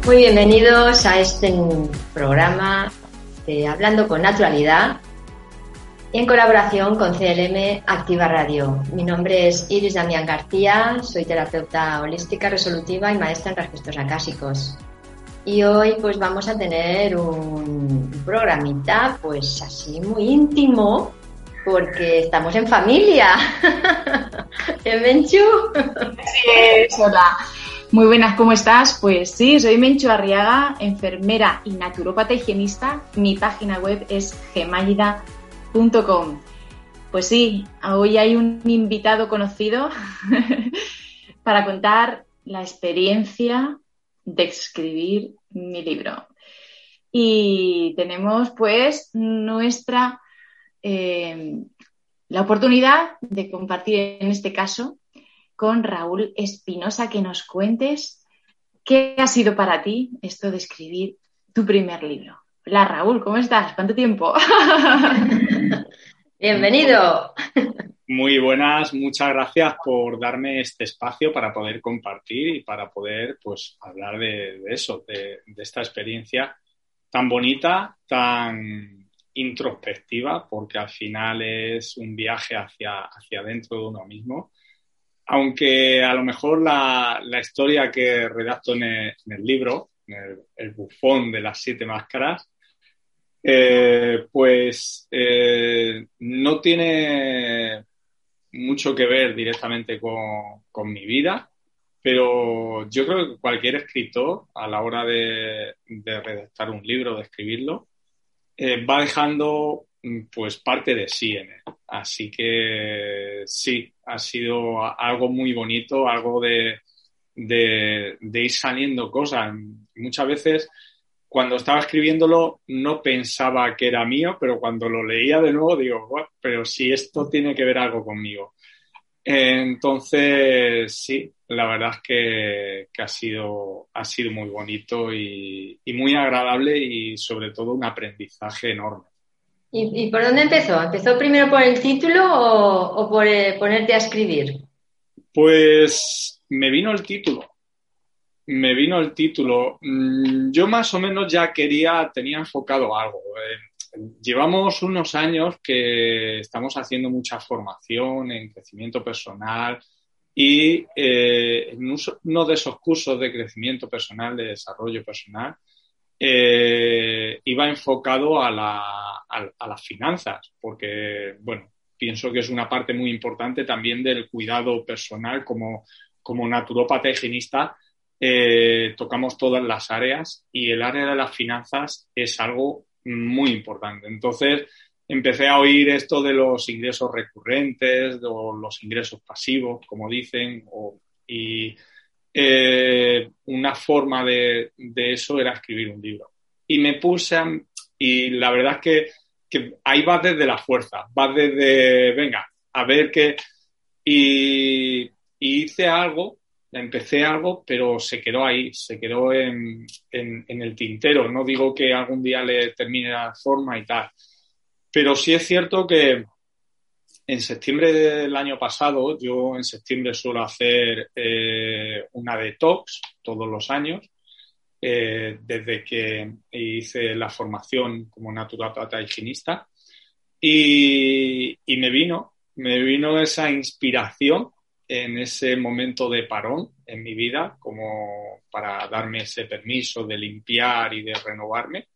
Muy bienvenidos a este programa de Hablando con Naturalidad en colaboración con CLM Activa Radio. Mi nombre es Iris Damián García, soy terapeuta holística resolutiva y maestra en registros acásicos. Y hoy pues vamos a tener un programita pues así muy íntimo porque estamos en familia. Menchu. Sí, hola. Muy buenas, ¿cómo estás? Pues sí, soy Menchu Arriaga, enfermera y naturópata higienista. Mi página web es gemayida.com. Pues sí, hoy hay un invitado conocido para contar la experiencia de escribir mi libro. Y tenemos pues la oportunidad de compartir en este caso con Raúl Espinosa, que nos cuentes qué ha sido para ti esto de escribir tu primer libro. Hola Raúl, ¿cómo estás? ¿Cuánto tiempo? Bienvenido. Muy buenas, muchas gracias por darme este espacio para poder compartir y para poder pues hablar de eso, de esta experiencia tan bonita, tan introspectiva, porque al final es un viaje hacia dentro de uno mismo. Aunque a lo mejor la historia que redacto en el libro, el bufón de las 7 máscaras, no tiene mucho que ver directamente con mi vida, pero yo creo que cualquier escritor a la hora de redactar un libro, de escribirlo, va dejando pues parte de sí en él. Así que sí, ha sido algo muy bonito, algo de ir saliendo cosas. Muchas veces cuando estaba escribiéndolo no pensaba que era mío, pero cuando lo leía de nuevo digo, bueno, pero si esto tiene que ver algo conmigo. Entonces sí, la verdad es que ha sido muy bonito y muy agradable y sobre todo un aprendizaje enorme. ¿Y por dónde empezó? ¿Empezó primero por el título o por ponerte a escribir? Pues me vino el título. Yo más o menos ya tenía enfocado algo. Llevamos unos años que estamos haciendo mucha formación en crecimiento personal y en uno de esos cursos de crecimiento personal, de desarrollo personal, iba enfocado a las finanzas, porque, bueno, pienso que es una parte muy importante también del cuidado personal como naturópata higienista. Tocamos todas las áreas y el área de las finanzas es algo muy importante. Entonces empecé a oír esto de los ingresos recurrentes o los ingresos pasivos, como dicen, una forma de eso era escribir un libro. Y me puse y la verdad es que ahí vas desde la fuerza, vas desde, venga, a ver qué. Y hice algo, empecé algo, pero se quedó ahí, se quedó en el tintero. No digo que algún día le termine la forma y tal, pero sí es cierto que en septiembre del año pasado, yo en septiembre suelo hacer una detox todos los años, desde que hice la formación como naturópata higienista, y me vino esa inspiración en ese momento de parón en mi vida, como para darme ese permiso de limpiar y de renovarme.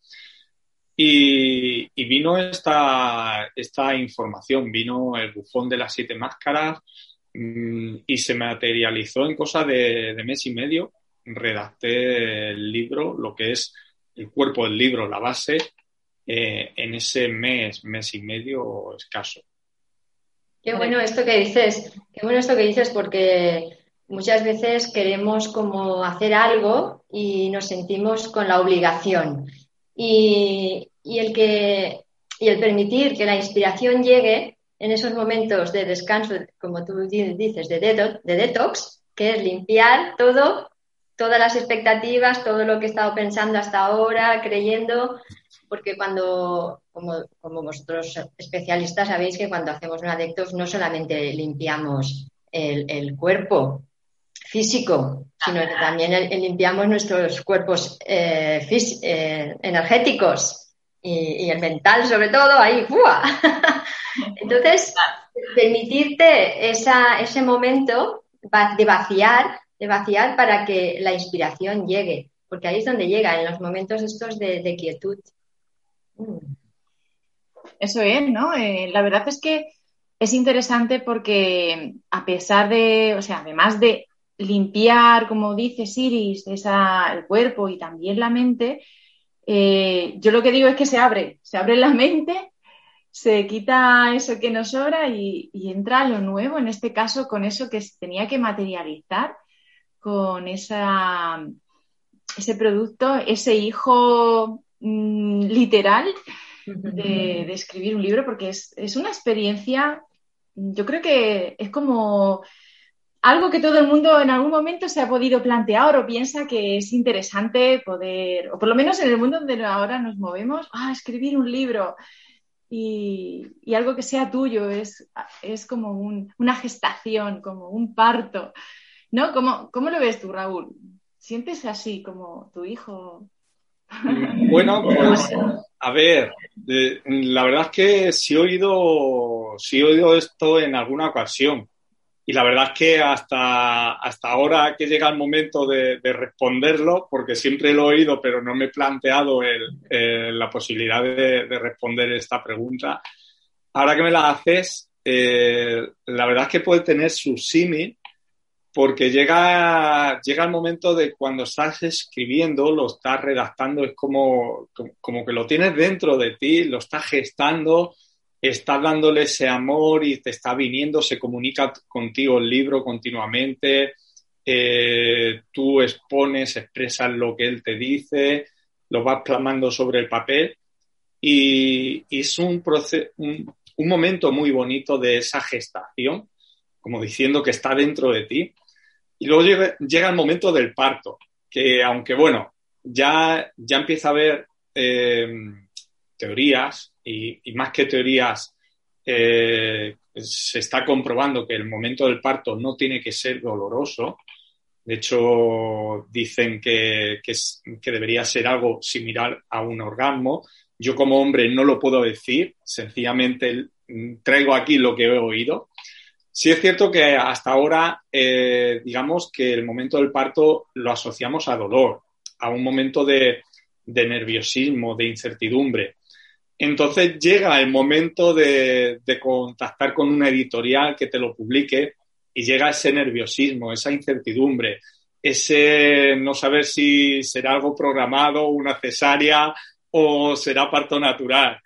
Y vino esta información, vino el bufón de las 7 máscaras y se materializó en cosa de mes y medio. Redacté el libro, lo que es el cuerpo del libro, la base, en ese mes y medio escaso. Qué bueno esto que dices, porque muchas veces queremos como hacer algo y nos sentimos con la obligación. Y el permitir que la inspiración llegue en esos momentos de descanso, como tú dices, de detox, que es limpiar todo, todas las expectativas, todo lo que he estado pensando hasta ahora, creyendo, porque como vosotros especialistas sabéis que cuando hacemos una detox no solamente limpiamos el cuerpo, físico, sino que también limpiamos nuestros cuerpos energéticos y el mental, sobre todo, ahí, ¡fua! Entonces, permitirte ese momento de vaciar para que la inspiración llegue, porque ahí es donde llega, en los momentos estos de quietud. Eso es, ¿no? La verdad es que es interesante porque a pesar de, o sea, además de limpiar, como dice Iris, el cuerpo y también la mente, yo lo que digo es que se abre la mente, se quita eso que nos sobra y entra lo nuevo, en este caso con eso que se tenía que materializar, con ese producto, ese hijo literal de escribir un libro, porque es una experiencia, yo creo que es como algo que todo el mundo en algún momento se ha podido plantear o piensa que es interesante poder, o por lo menos en el mundo donde ahora nos movemos, escribir un libro y algo que sea tuyo es como una gestación, como un parto, ¿no? ¿Cómo lo ves tú, Raúl? ¿Sientes así como tu hijo? Bueno, pues a ver, la verdad es que sí he oído esto en alguna ocasión y la verdad es que hasta ahora que llega el momento de responderlo, porque siempre lo he oído pero no me he planteado la posibilidad de responder esta pregunta, ahora que me la haces, la verdad es que puede tener su símil. Porque llega el momento de cuando estás escribiendo, lo estás redactando, es como que lo tienes dentro de ti, lo estás gestando, estás dándole ese amor y te está viniendo, se comunica contigo el libro continuamente, tú expresas lo que él te dice, lo vas plasmando sobre el papel y es un momento muy bonito de esa gestación, como diciendo que está dentro de ti. Y luego llega el momento del parto, que aunque, bueno, ya empieza a haber teorías y más que teorías se está comprobando que el momento del parto no tiene que ser doloroso. De hecho, dicen que debería ser algo similar a un orgasmo. Yo como hombre no lo puedo decir, sencillamente traigo aquí lo que he oído. Sí es cierto que hasta ahora, digamos que el momento del parto lo asociamos a dolor, a un momento de nerviosismo, de incertidumbre. Entonces llega el momento de contactar con una editorial que te lo publique y llega ese nerviosismo, esa incertidumbre, ese no saber si será algo programado, una cesárea o será parto natural.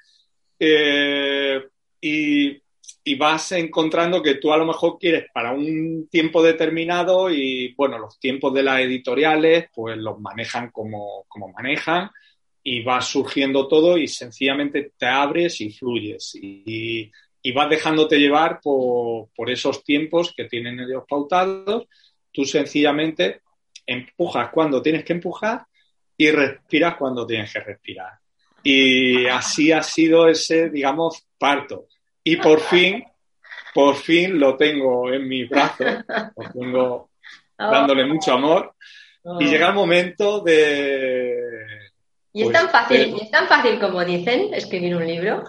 Y vas encontrando que tú a lo mejor quieres para un tiempo determinado y, bueno, los tiempos de las editoriales pues los manejan como manejan y va surgiendo todo y sencillamente te abres y fluyes y vas dejándote llevar por esos tiempos que tienen ellos pautados. Tú sencillamente empujas cuando tienes que empujar y respiras cuando tienes que respirar. Y así ha sido ese, digamos, parto. Y por fin lo tengo en mis brazos, lo tengo dándole mucho amor. Y llega el momento de... ¿Y es tan fácil como dicen escribir un libro?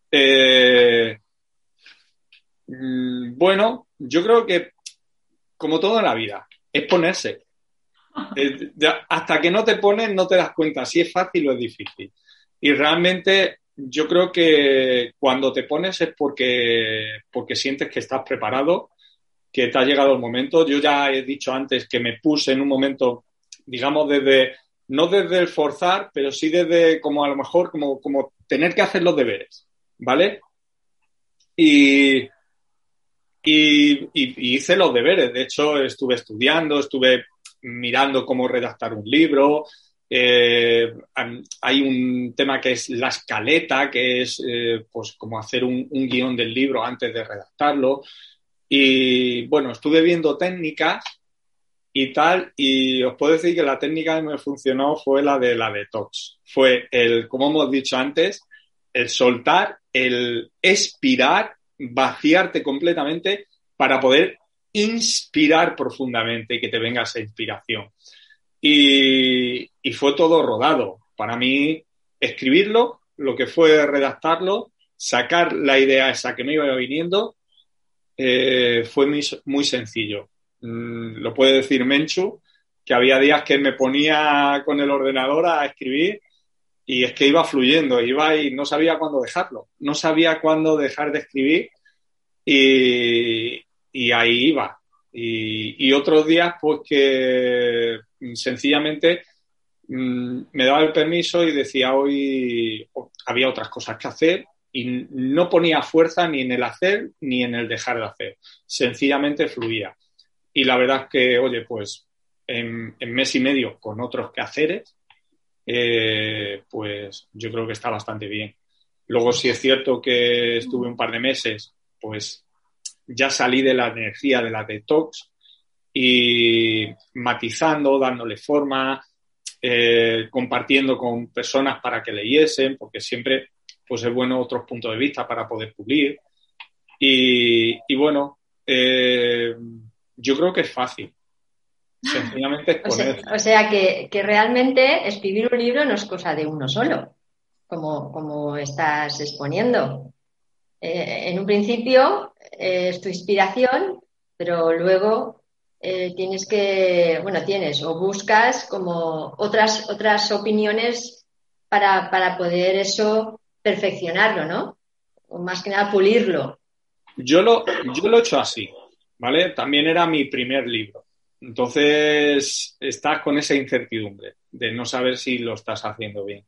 Bueno, yo creo que, como todo en la vida, es ponerse. Hasta que no te pones no te das cuenta si es fácil o es difícil. Y realmente... Yo creo que cuando te pones es porque sientes que estás preparado, que te ha llegado el momento. Yo ya he dicho antes que me puse en un momento, digamos, no desde el forzar, pero sí desde como a lo mejor como tener que hacer los deberes, ¿vale? Y hice los deberes. De hecho, estuve estudiando, estuve mirando cómo redactar un libro. Hay un tema que es la escaleta, que es pues como hacer un guión del libro antes de redactarlo. Y bueno, estuve viendo técnicas y tal, y os puedo decir que la técnica que me funcionó fue la de la detox. Fue como hemos dicho antes, el soltar, el expirar, vaciarte completamente para poder inspirar profundamente y que te venga esa inspiración. Y fue todo rodado. Para mí, escribirlo, lo que fue redactarlo, sacar la idea esa que me iba viniendo, fue muy sencillo. Lo puede decir Menchu, que había días que me ponía con el ordenador a escribir y es que iba fluyendo, iba y no sabía cuándo dejarlo, no sabía cuándo dejar de escribir y ahí iba. Y otros días, pues que sencillamente me daba el permiso y decía hoy había otras cosas que hacer y no ponía fuerza ni en el hacer ni en el dejar de hacer. Sencillamente fluía. Y la verdad es que, oye, pues en mes y medio con otros quehaceres, pues yo creo que está bastante bien. Luego sí es cierto que estuve un par de meses, pues ya salí de la energía de la detox y matizando, dándole forma, compartiendo con personas para que leyesen, porque siempre pues es bueno otros puntos de vista para poder pulir. Y bueno, yo creo que es fácil. Sencillamente exponer. O sea que realmente escribir un libro no es cosa de uno solo, como estás exponiendo. En un principio es tu inspiración, pero luego tienes o buscas como otras opiniones para poder eso perfeccionarlo, ¿no? O más que nada pulirlo. Yo lo he hecho así, ¿vale? También era mi primer libro. Entonces estás con esa incertidumbre de no saber si lo estás haciendo bien.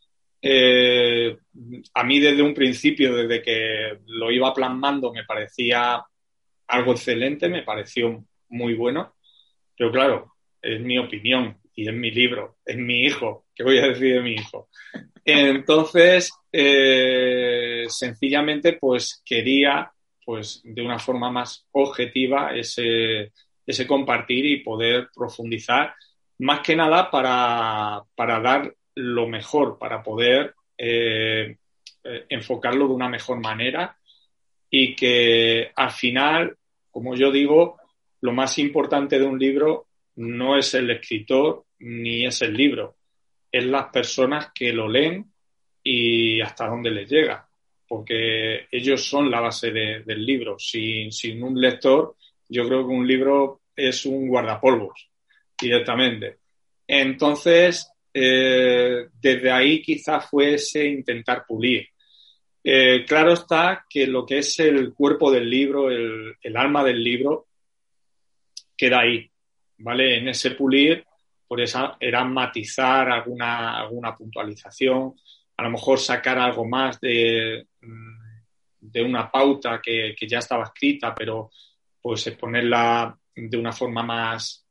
A mí desde un principio, desde que lo iba plasmando, me parecía algo excelente, me pareció muy bueno, pero claro, es mi opinión y es mi libro, es mi hijo, ¿qué voy a decir de mi hijo? Entonces, sencillamente, pues quería, pues de una forma más objetiva, ese compartir y poder profundizar, más que nada para dar lo mejor, para poder enfocarlo de una mejor manera y que al final, como yo digo, lo más importante de un libro no es el escritor ni es el libro, es las personas que lo leen y hasta dónde les llega, porque ellos son la base del libro. Sin un lector, yo creo que un libro es un guardapolvos directamente. Entonces, desde ahí quizás fuese intentar pulir. Claro está que lo que es el cuerpo del libro, el alma del libro, queda ahí, ¿vale? En ese pulir, por eso era matizar alguna puntualización, a lo mejor sacar algo más de una pauta que ya estaba escrita, pero pues exponerla de una forma más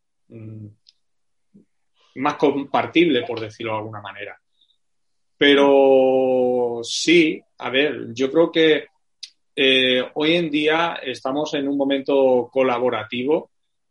compartible, por decirlo de alguna manera. Pero sí, a ver, yo creo que hoy en día estamos en un momento colaborativo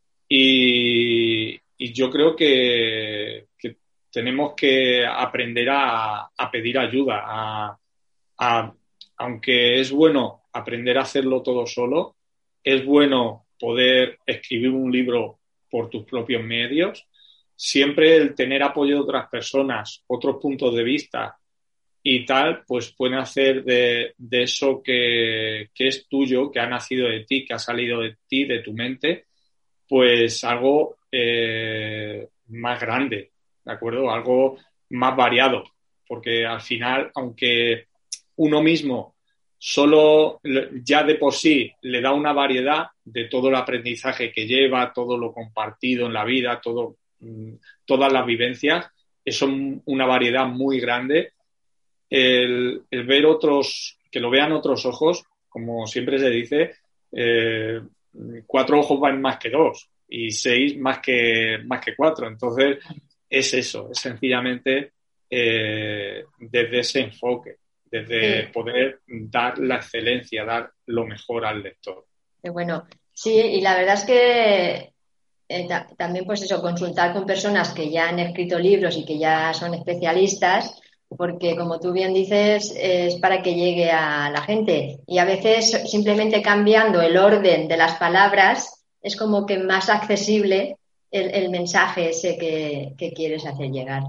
y yo creo que tenemos que aprender a pedir ayuda, aunque es bueno aprender a hacerlo todo solo, es bueno poder escribir un libro por tus propios medios. Siempre el tener apoyo de otras personas, otros puntos de vista y tal, pues pueden hacer de eso que es tuyo, que ha nacido de ti, que ha salido de ti, de tu mente, pues algo más grande, ¿de acuerdo? Algo más variado, porque al final, aunque uno mismo solo ya de por sí le da una variedad de todo el aprendizaje que lleva, todo lo compartido en la vida, todas las vivencias, eso es una variedad muy grande. El ver otros, que lo vean otros ojos, como siempre se dice, 4 ojos van más que 2 y 6 más que 4. Entonces, es eso, es sencillamente desde ese enfoque, desde poder dar la excelencia, dar lo mejor al lector. Bueno, sí, y la verdad es que también pues eso, consultar con personas que ya han escrito libros y que ya son especialistas, porque como tú bien dices, es para que llegue a la gente y a veces simplemente cambiando el orden de las palabras es como que más accesible el mensaje ese que quieres hacer llegar.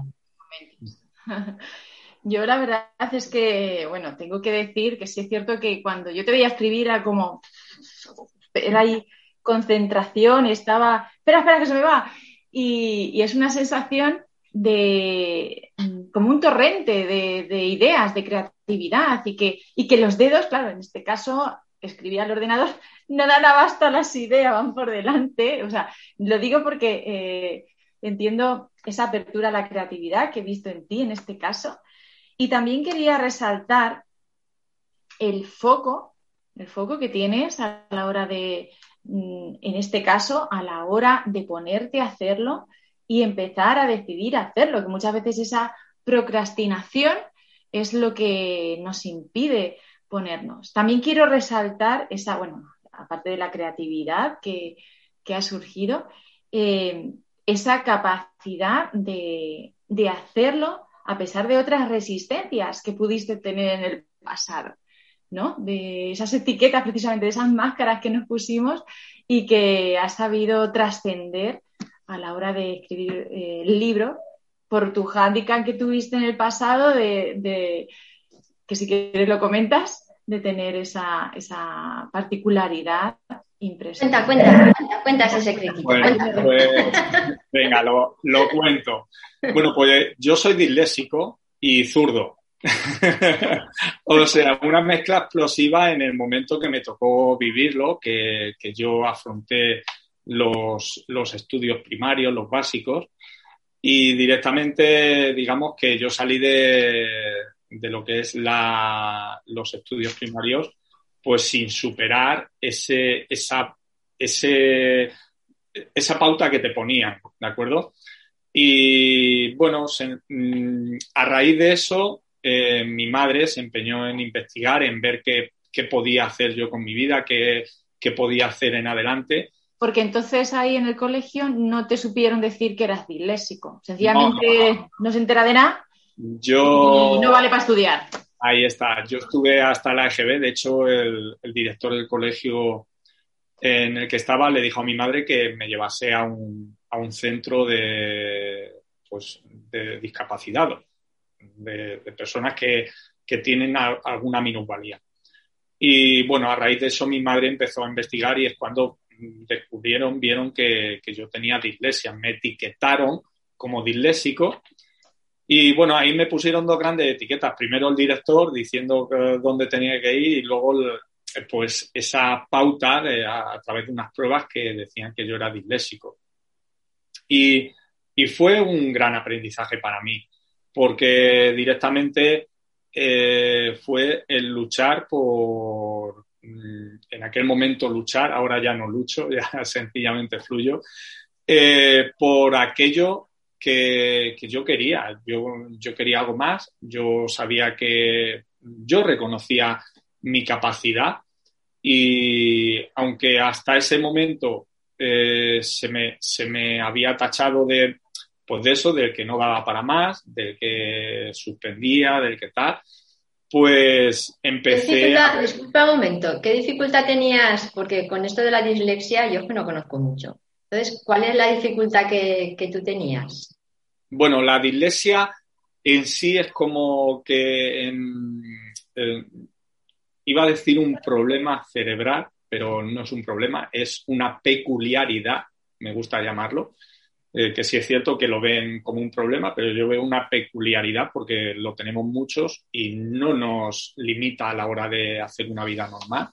Yo la verdad es que, bueno, tengo que decir que sí es cierto que cuando yo te veía escribir era ahí concentración, espera que se me va. Y es una sensación de como un torrente de ideas, de creatividad y que los dedos, claro, en este caso escribir al ordenador, no dan abasto a las ideas, van por delante. O sea, lo digo porque entiendo esa apertura a la creatividad que he visto en ti en este caso. Y también quería resaltar el foco que tienes a la hora de, en este caso, a la hora de ponerte a hacerlo y empezar a decidir hacerlo, que muchas veces esa procrastinación es lo que nos impide ponernos. También quiero resaltar esa, bueno, aparte de la creatividad que ha surgido, esa capacidad de hacerlo a pesar de otras resistencias que pudiste tener en el pasado, ¿no? De esas etiquetas, precisamente, de esas máscaras que nos pusimos y que has sabido trascender a la hora de escribir el libro por tu hándicap que tuviste en el pasado que si quieres lo comentas, de tener esa particularidad impresionante. Cuenta ese secretito. Pues, venga, lo cuento. Bueno, pues yo soy disléxico y zurdo. O sea, una mezcla explosiva en el momento que me tocó vivirlo, que yo afronté los estudios primarios, los básicos, y directamente, digamos que yo salí de lo que es los estudios primarios, pues sin superar esa pauta que te ponían, ¿de acuerdo? Y bueno, a raíz de eso, mi madre se empeñó en investigar, en ver qué podía hacer yo con mi vida, qué podía hacer en adelante. Porque entonces ahí en el colegio no te supieron decir que eras disléxico. Sencillamente no se entera de nada y no vale para estudiar. Ahí está. Yo estuve hasta la EGB. De hecho, el director del colegio en el que estaba le dijo a mi madre que me llevase a un centro de discapacidad, de personas que tienen alguna minusvalía. Y bueno, a raíz de eso mi madre empezó a investigar y es cuando vieron que yo tenía dislexia. Me etiquetaron como disléxico y bueno, ahí me pusieron dos grandes etiquetas. Primero el director diciendo dónde tenía que ir y luego pues esa pauta a través de unas pruebas que decían que yo era disléxico. Y fue un gran aprendizaje para mí, porque directamente fue el luchar en aquel momento luchar, ahora ya no lucho, ya sencillamente fluyo, por aquello que yo quería. Yo quería algo más, yo sabía que yo reconocía mi capacidad y aunque hasta ese momento se me había tachado de eso, del que no daba para más, del que suspendía, del que tal, pues empecé Disculpa un momento, ¿qué dificultad tenías? Porque con esto de la dislexia yo es que no conozco mucho. Entonces, ¿cuál es la dificultad que tú tenías? Bueno, la dislexia en sí es como que iba a decir un problema cerebral, pero no es un problema, es una peculiaridad, me gusta llamarlo, que sí es cierto que lo ven como un problema, pero yo veo una peculiaridad porque lo tenemos muchos y no nos limita a la hora de hacer una vida normal.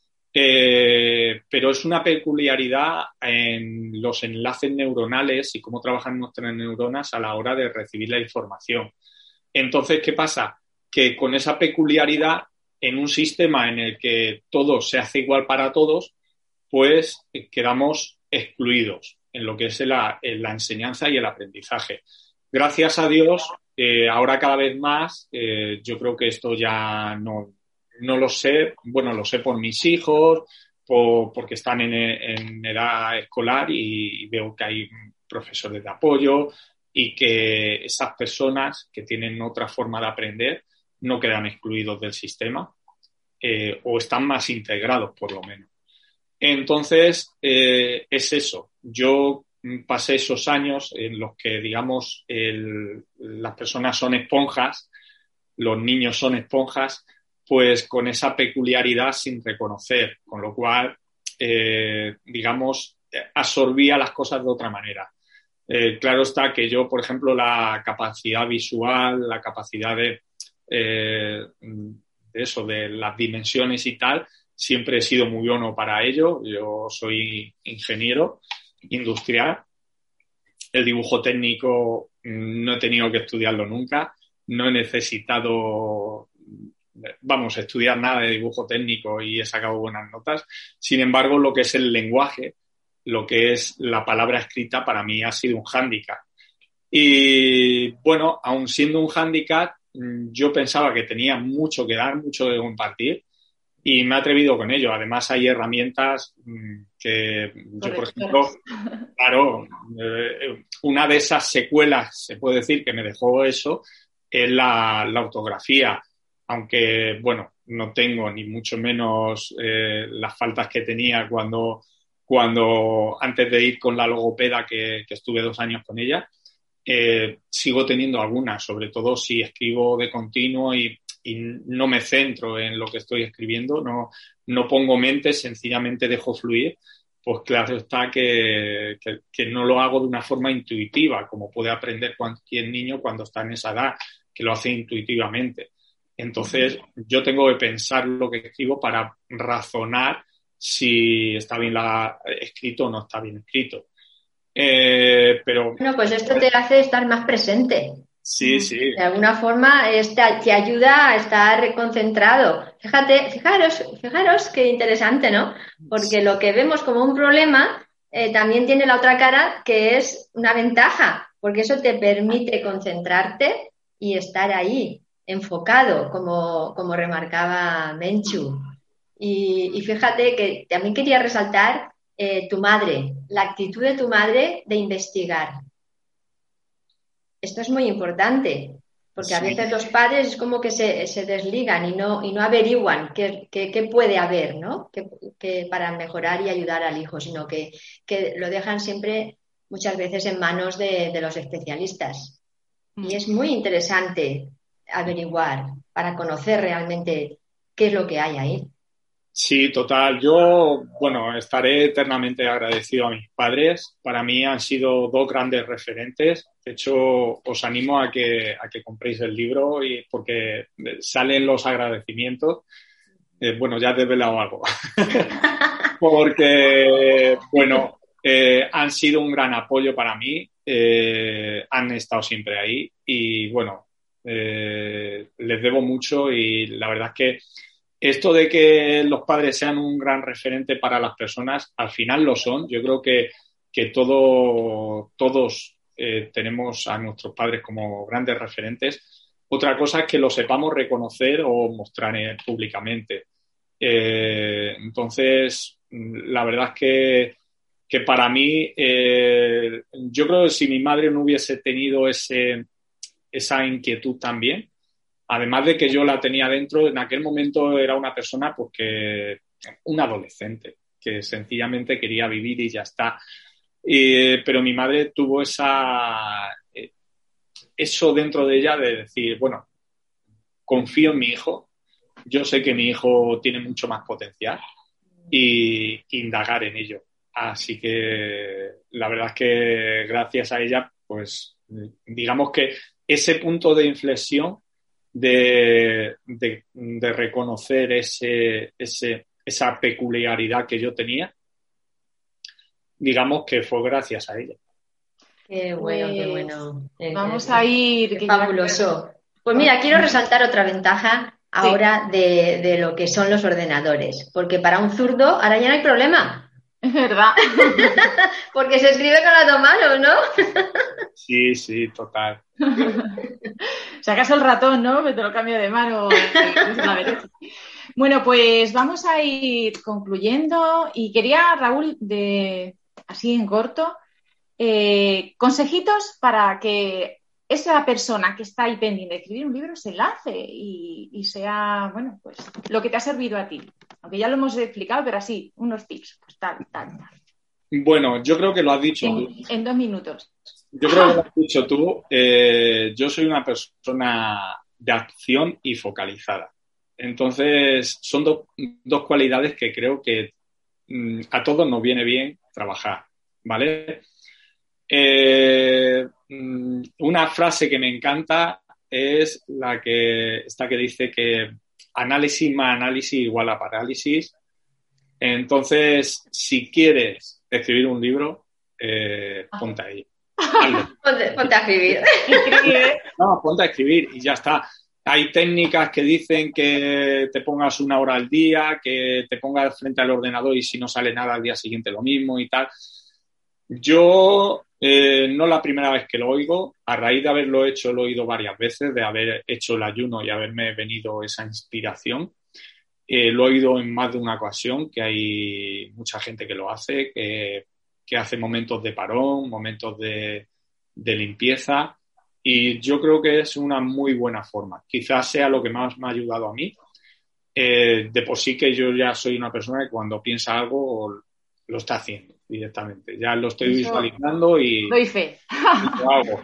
Pero es una peculiaridad en los enlaces neuronales y cómo trabajan nuestras neuronas a la hora de recibir la información. Entonces, ¿qué pasa? Que con esa peculiaridad, en un sistema en el que todo se hace igual para todos, pues quedamos excluidos en lo que es la enseñanza y el aprendizaje. Gracias a Dios, ahora cada vez más, yo creo que esto ya no lo sé. Bueno, lo sé por mis hijos, porque están en edad escolar y veo que hay profesores de apoyo y que esas personas que tienen otra forma de aprender no quedan excluidos del sistema o están más integrados, por lo menos. Entonces, es eso. Yo pasé esos años en los que, digamos, las personas son esponjas, los niños son esponjas, pues con esa peculiaridad sin reconocer, con lo cual, digamos, absorbía las cosas de otra manera. Claro está que yo, por ejemplo, la capacidad visual, la capacidad de eso, de las dimensiones y tal, siempre he sido muy bueno para ello. Yo soy ingeniero industrial. El dibujo técnico no he tenido que estudiarlo nunca. No he necesitado, estudiar nada de dibujo técnico y he sacado buenas notas. Sin embargo, lo que es el lenguaje, lo que es la palabra escrita, para mí ha sido un hándicap. Y bueno, aun siendo un hándicap, yo pensaba que tenía mucho que dar, mucho que compartir y me he atrevido con ello. Además, hay herramientas que yo, por ejemplo, claro, una de esas secuelas, se puede decir, que me dejó eso, es la ortografía. Aunque, bueno, no tengo ni mucho menos las faltas que tenía cuando antes de ir con la logopeda, que estuve 2 años con ella, sigo teniendo algunas, sobre todo si escribo de continuo y no me centro en lo que estoy escribiendo, no pongo mente, sencillamente dejo fluir, pues claro está que no lo hago de una forma intuitiva, como puede aprender cualquier niño cuando está en esa edad, que lo hace intuitivamente. Entonces, yo tengo que pensar lo que escribo para razonar si está bien escrito o no está bien escrito. Pero bueno, pues esto te hace estar más presente. Sí, sí. De alguna forma te ayuda a estar concentrado. Fijaros qué interesante, ¿no? Porque lo que vemos como un problema también tiene la otra cara, que es una ventaja, porque eso te permite concentrarte y estar ahí, enfocado, como remarcaba Menchu. Y fíjate que también quería resaltar tu madre, la actitud de tu madre de investigar. Esto es muy importante, porque a veces los padres es como que se desligan y no averiguan qué puede haber, ¿no? Que para mejorar y ayudar al hijo, sino que lo dejan siempre muchas veces en manos de los especialistas. Y es muy interesante averiguar para conocer realmente qué es lo que hay ahí. Sí, total. Yo, estaré eternamente agradecido a mis padres. Para mí han sido 2 grandes referentes. De hecho, os animo a que compréis el libro porque salen los agradecimientos. Ya he desvelado algo. Porque, han sido un gran apoyo para mí. Han estado siempre ahí y, les debo mucho y la verdad es que esto de que los padres sean un gran referente para las personas, al final lo son. Yo creo que todos tenemos a nuestros padres como grandes referentes. Otra cosa es que lo sepamos reconocer o mostrar públicamente. Entonces, la verdad es que para mí, yo creo que si mi madre no hubiese tenido esa inquietud también, además de que yo la tenía dentro, en aquel momento era una persona, un adolescente, que sencillamente quería vivir y ya está. Pero mi madre tuvo eso dentro de ella de decir, confío en mi hijo, yo sé que mi hijo tiene mucho más potencial y indagar en ello. Así que la verdad es que gracias a ella, pues digamos que ese punto de inflexión de reconocer esa peculiaridad que yo tenía, digamos que fue gracias a ella. Qué bueno, qué bueno. Vamos a ir. Qué fabuloso. Pues mira, quiero resaltar otra ventaja ahora de lo que son los ordenadores, porque para un zurdo ahora ya no hay problema. Es verdad. Porque se escribe con las 2 manos, ¿no? Sí, sí, total. Sacas el ratón, ¿no? Que te lo cambio de mano. Bueno, pues vamos a ir concluyendo y quería, Raúl, así en corto, consejitos para que esa persona que está ahí pendiente de escribir un libro se lance y sea, pues lo que te ha servido a ti. Aunque ya lo hemos explicado, pero así, unos tips, pues tal. Bueno, yo creo que lo has dicho tú. En 2 minutos. Yo creo que lo has dicho tú. Yo soy una persona de acción y focalizada. Entonces, son dos cualidades que creo que a todos nos viene bien trabajar, ¿vale? Una frase que me encanta es esta que dice que análisis más análisis igual a parálisis. Entonces, si quieres escribir un libro, ponte ahí. Ponte a escribir. No, ponte a escribir y ya está. Hay técnicas que dicen que te pongas 1 hora al día, que te pongas frente al ordenador y si no sale nada al día siguiente lo mismo y tal. Yo no la primera vez que lo oigo, a raíz de haberlo hecho, lo he oído varias veces, de haber hecho el ayuno y haberme venido esa inspiración. Lo he oído en más de una ocasión, que hay mucha gente que lo hace, que hace momentos de parón, momentos de limpieza. Y yo creo que es una muy buena forma. Quizás sea lo que más me ha ayudado a mí. De por sí que yo ya soy una persona que cuando piensa algo lo está haciendo directamente. Ya lo estoy visualizando y doy fe. Y lo hago.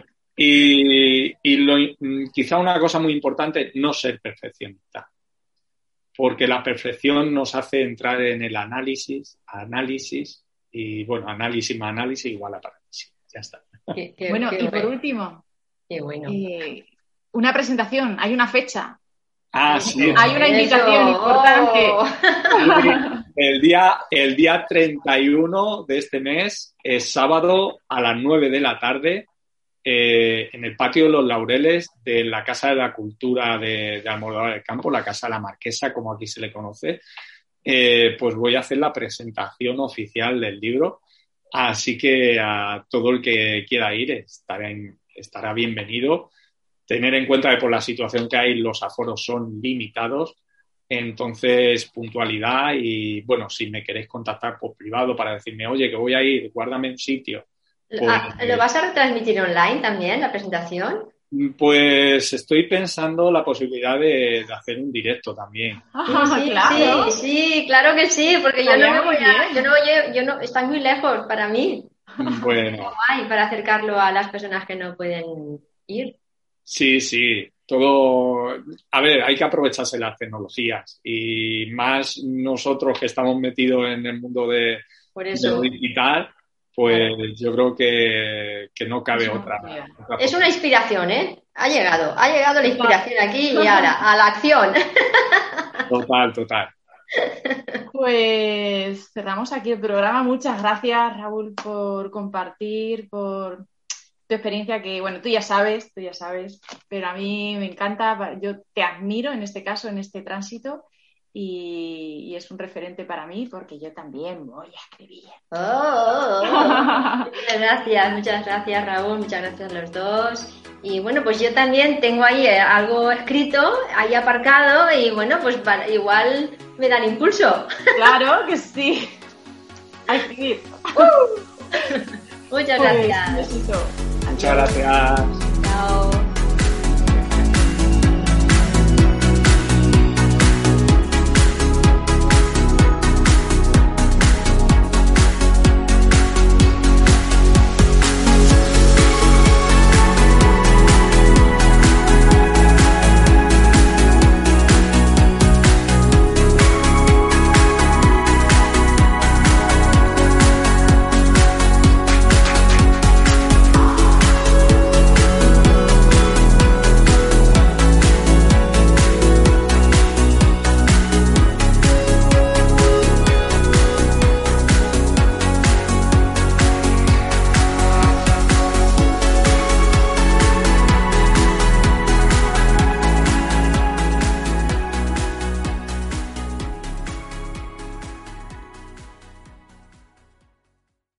Quizá una cosa muy importante, no ser perfeccionista. Porque la perfección nos hace entrar en el análisis y, bueno, análisis más análisis igual a parálisis. Ya está. Bueno, y por último... Qué bueno. Una presentación, hay una fecha. Sí. Hay una invitación importante. El día 31 de este mes es sábado a las 9 de la tarde en el patio de los Laureles de la Casa de la Cultura de Almodóvar del Campo, la Casa de la Marquesa, como aquí se le conoce. Pues voy a hacer la presentación oficial del libro. Así que a todo el que quiera ir estará bienvenido. Tener en cuenta que por la situación que hay los aforos son limitados, entonces puntualidad y bueno, si me queréis contactar por privado para decirme, oye, que voy a ir, guárdame un sitio. Pues, ¿lo vas a retransmitir online también, la presentación? Pues estoy pensando la posibilidad de hacer un directo también. Sí, claro. Sí, claro que sí, porque yo no está muy lejos para mí. Bueno. Para acercarlo a las personas que no pueden ir. Sí, todo... A ver, hay que aprovecharse las tecnologías y más nosotros que estamos metidos en el mundo de lo digital, pues yo creo que no cabe otra es una inspiración, ¿eh? Ha llegado la inspiración aquí y ahora, a la acción. Total. Pues cerramos aquí el programa. Muchas gracias, Raúl, por compartir, por tu experiencia que, bueno, tú ya sabes, pero a mí me encanta, yo te admiro en este caso, en este tránsito y es un referente para mí porque yo también voy a escribir. Muchas gracias, Raúl, muchas gracias a los dos. Y bueno, pues yo también tengo ahí algo escrito, ahí aparcado y bueno, pues igual me da el impulso. Claro que sí. A escribir. Muchas gracias. Besito. Muchas gracias. Chao.